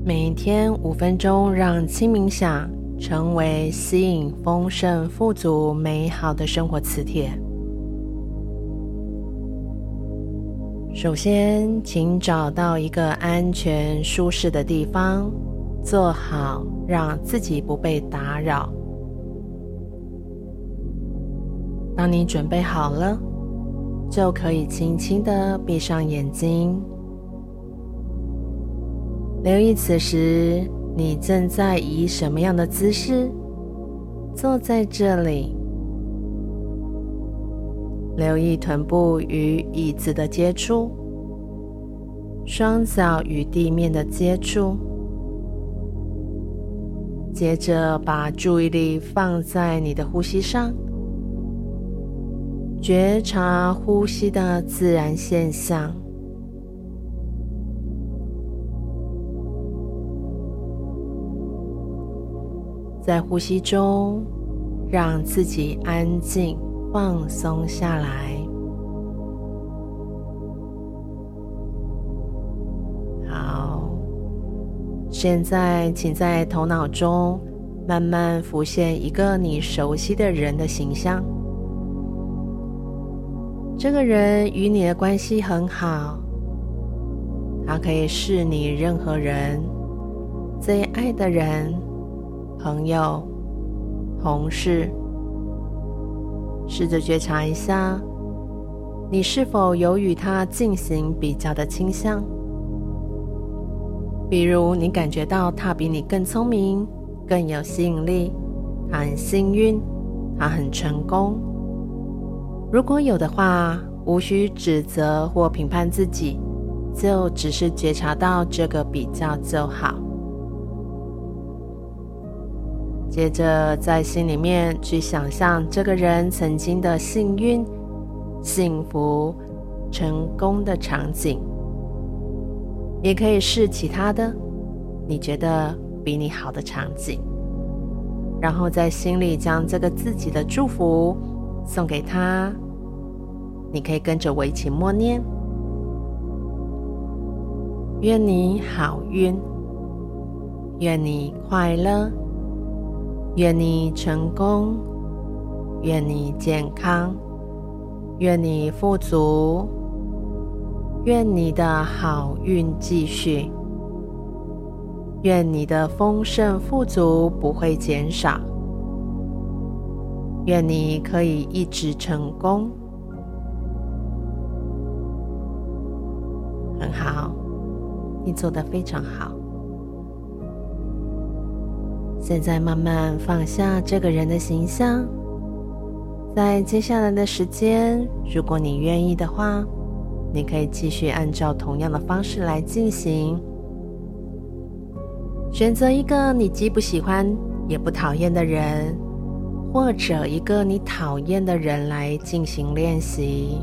每天5分钟，让轻冥想成为吸引丰盛、富足、美好的生活磁铁。首先，请找到一个安全、舒适的地方，坐好，让自己不被打扰。当你准备好了，就可以轻轻地闭上眼睛。留意此时你正在以什么样的姿势坐在这里。留意臀部与椅子的接触，双脚与地面的接触。接着把注意力放在你的呼吸上，觉察呼吸的自然现象。在呼吸中，让自己安静放松下来。好，现在请在头脑中慢慢浮现一个你熟悉的人的形象。这个人与你的关系很好，他可以是你任何人最爱的人、朋友、同事。试着觉察一下，你是否有与他进行比较的倾向？比如你感觉到他比你更聪明、更有吸引力，他很幸运，他很成功。如果有的话，无需指责或评判自己，就只是觉察到这个比较就好。接着在心里面去想象这个人曾经的幸运、幸福、成功的场景，也可以是其他的你觉得比你好的场景，然后在心里将这个自己的祝福送给他。你可以跟着我一起默念：愿你好运，愿你快乐，愿你成功，愿你健康，愿你富足，愿你的好运继续，愿你的丰盛富足不会减少，愿你可以一直成功。很好，你做得非常好。现在慢慢放下这个人的形象，在接下来的时间，如果你愿意的话，你可以继续按照同样的方式来进行。选择一个你既不喜欢也不讨厌的人，或者一个你讨厌的人来进行练习。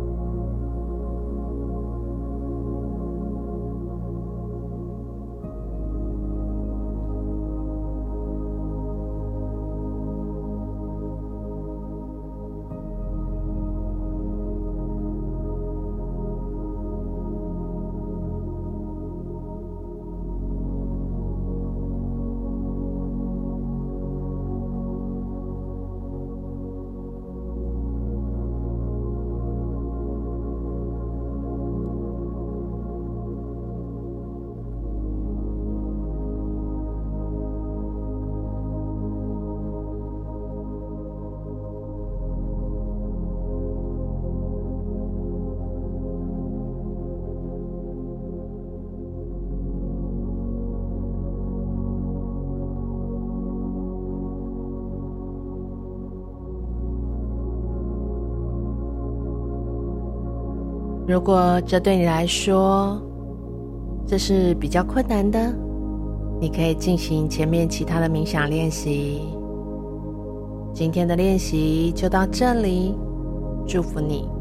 如果这对你来说这是比较困难的，你可以进行前面其他的冥想练习。今天的练习就到这里，祝福你。